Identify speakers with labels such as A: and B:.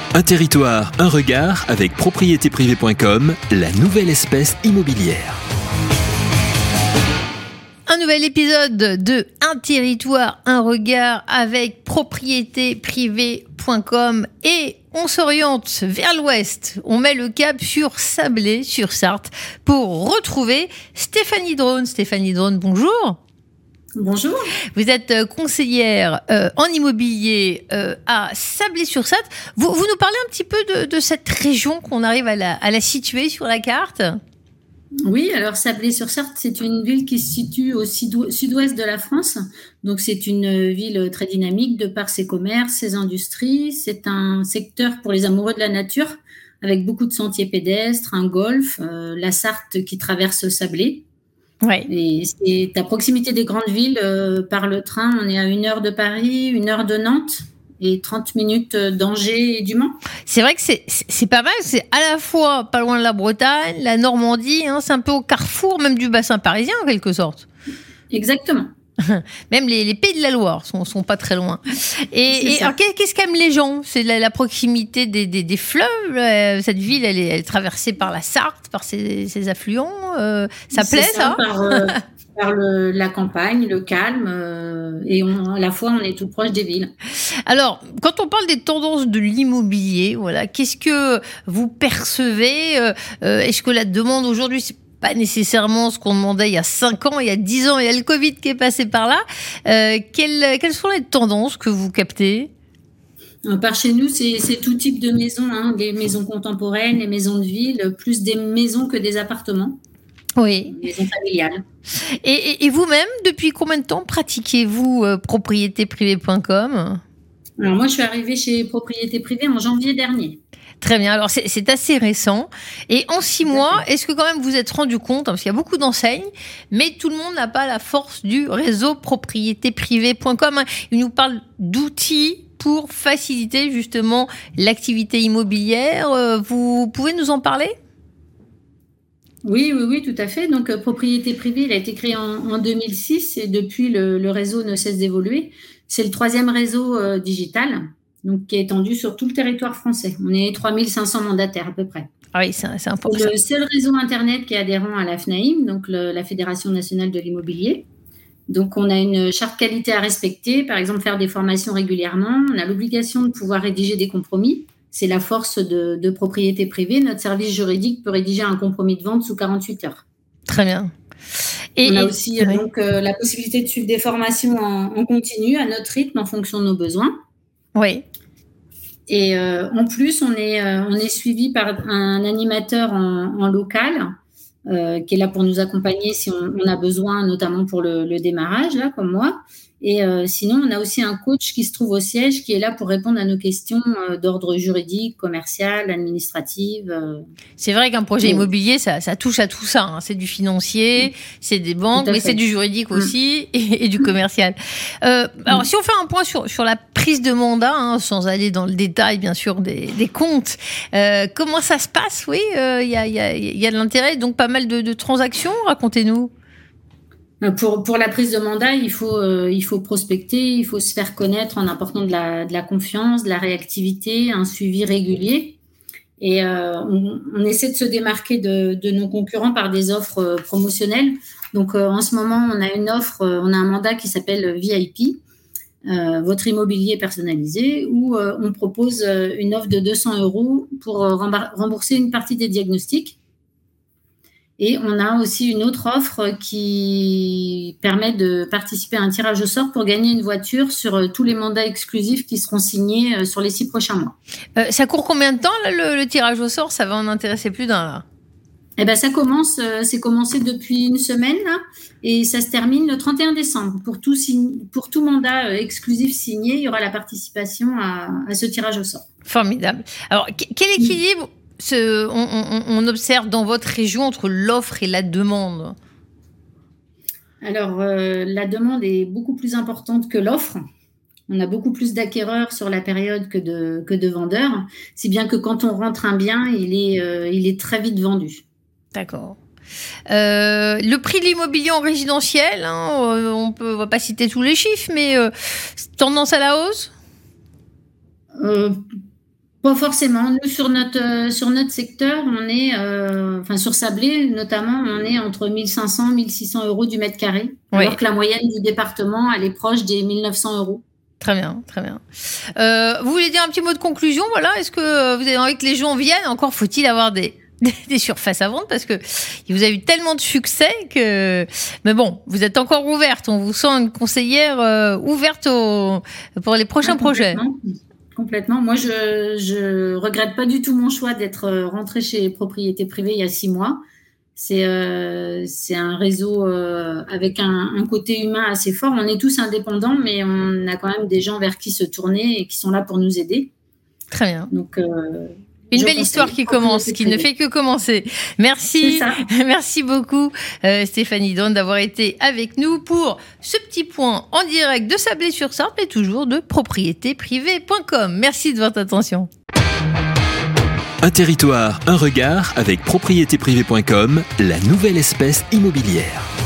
A: Un territoire, un regard avec propriétéprivée.com, la nouvelle espèce immobilière.
B: Un nouvel épisode de Un territoire, un regard avec propriétéprivée.com et on s'oriente vers l'ouest. On met le cap sur Sablé, sur Sarthe, pour retrouver Stéphanie Drone. Stéphanie Drone, bonjour.
C: Bonjour.
B: Vous êtes conseillère en immobilier à Sablé-sur-Sarthe. Vous nous parlez un petit peu de cette région qu'on arrive à la situer sur la carte ?
C: Oui, alors Sablé-sur-Sarthe, c'est une ville qui se situe au sud-ouest de la France. Donc c'est une ville très dynamique de par ses commerces, ses industries. C'est un secteur pour les amoureux de la nature avec beaucoup de sentiers pédestres, un golfe, la Sarthe qui traverse Sablé.
B: Ouais.
C: Et c'est à proximité des grandes villes par le train. On est à 1 heure de Paris, 1 heure de Nantes et 30 minutes d'Angers et du Mans.
B: C'est vrai que c'est pas mal. C'est à la fois pas loin de la Bretagne, la Normandie. C'est un peu au carrefour même du bassin parisien en quelque sorte.
C: Exactement.
B: Même les pays de la Loire sont pas très loin. Et alors, qu'est-ce qu'aiment les gens ? C'est la proximité des fleuves. Cette ville, elle est traversée par la Sarthe, par ses affluents. Ça plaît, ça
C: par la campagne, le calme, et à la fois, on est tout proche des villes.
B: Alors, quand on parle des tendances de l'immobilier, voilà, qu'est-ce que vous percevez ? Est-ce que la demande aujourd'hui, c'est pas nécessairement ce qu'on demandait il y a 5 ans, il y a 10 ans, il y a le Covid qui est passé par là. Quelles sont les tendances que vous captez ?
C: Par chez nous, c'est tout type de maisons, les maisons contemporaines, les maisons de ville, plus des maisons que des appartements.
B: Oui.
C: Des maisons familiales.
B: Et vous-même, depuis combien de temps pratiquez-vous propriétéprivée.com ?
C: Alors moi, je suis arrivée chez Propriété Privée en janvier dernier.
B: Très bien, alors c'est assez récent. Et en 6 mois, est-ce que quand même vous êtes rendu compte, parce qu'il y a beaucoup d'enseignes, mais tout le monde n'a pas la force du réseau propriétéprivée.com. Il nous parle d'outils pour faciliter justement l'activité immobilière. Vous pouvez nous en parler ?
C: Oui, tout à fait. Donc, Propriété Privée, il a été créé en 2006 et depuis, le réseau ne cesse d'évoluer. C'est le 3e réseau digital, donc qui est étendu sur tout le territoire français. On est 3500 mandataires à peu près.
B: Ah oui, c'est important.
C: C'est le seul réseau Internet qui est adhérent à la FNAIM, donc la Fédération nationale de l'immobilier. Donc, on a une charte qualité à respecter, par exemple faire des formations régulièrement. On a l'obligation de pouvoir rédiger des compromis. C'est la force de Propriété Privée. Notre service juridique peut rédiger un compromis de vente sous 48 heures.
B: Très bien.
C: On a aussi donc la possibilité de suivre des formations en continu à notre rythme en fonction de nos besoins.
B: Oui.
C: Et en plus, on est suivi par un animateur en local qui est là pour nous accompagner si on a besoin, notamment pour le démarrage, là, comme moi. Et sinon, on a aussi un coach qui se trouve au siège qui est là pour répondre à nos questions d'ordre juridique, commercial, administratif.
B: C'est vrai qu'un projet immobilier, ça touche à tout ça. C'est du financier, c'est des banques, mais c'est du juridique aussi et du commercial. Alors, si on fait un point sur la prise de mandat, sans aller dans le détail, bien sûr, des comptes, comment ça se passe ? Oui, il y a de l'intérêt, donc pas mal de transactions. Racontez-nous.
C: Pour la prise de mandat, il faut prospecter, il faut se faire connaître en apportant de la confiance, de la réactivité, un suivi régulier. Et on essaie de se démarquer de nos concurrents par des offres promotionnelles. Donc en ce moment, on a une offre, on a un mandat qui s'appelle VIP, votre immobilier personnalisé, où on propose une offre de 200 € pour rembourser une partie des diagnostics. Et on a aussi une autre offre qui permet de participer à un tirage au sort pour gagner une voiture sur tous les mandats exclusifs qui seront signés sur les 6 prochains mois.
B: Ça court combien de temps, là, le tirage au sort ? Ça va en intéresser plus d'un, là.
C: Eh ben, c'est commencé depuis une semaine, là, et ça se termine le 31 décembre. Pour tout mandat exclusif signé, il y aura la participation à ce tirage au sort.
B: Formidable. Alors, quel équilibre on observe dans votre région entre l'offre et la demande ?
C: Alors, la demande est beaucoup plus importante que l'offre. On a beaucoup plus d'acquéreurs sur la période que de vendeurs, si bien que quand on rentre un bien, il est très vite vendu.
B: D'accord. Le prix de l'immobilier en résidentiel, on va pas citer tous les chiffres, mais tendance à la hausse ?
C: Pas forcément. Nous, sur notre secteur, on est, sur Sablé notamment, on est entre 1500 et 1600 euros du mètre carré, alors que la moyenne du département, elle est proche des 1900 euros.
B: Très bien, très bien. Vous voulez dire un petit mot de conclusion, voilà? Est-ce que vous avez envie que les gens viennent? Encore faut-il avoir des surfaces à vendre, parce que vous avez eu tellement de succès que, mais bon, vous êtes encore ouverte. On vous sent une conseillère ouverte pour les prochains projets.
C: Complètement. Moi, je regrette pas du tout mon choix d'être rentrée chez Propriété Privée il y a 6 mois. C'est un réseau avec un côté humain assez fort. On est tous indépendants, mais on a quand même des gens vers qui se tourner et qui sont là pour nous aider.
B: Très bien.
C: Donc,
B: une belle histoire qui commence, qui ne fait que commencer. Merci. Merci beaucoup, Stéphanie Daune, d'avoir été avec nous pour ce petit point en direct de Sablé-sur-Sarthe, mais toujours de propriétéprivée.com. Merci de votre attention.
A: Un territoire, un regard avec propriétéprivée.com, la nouvelle espèce immobilière.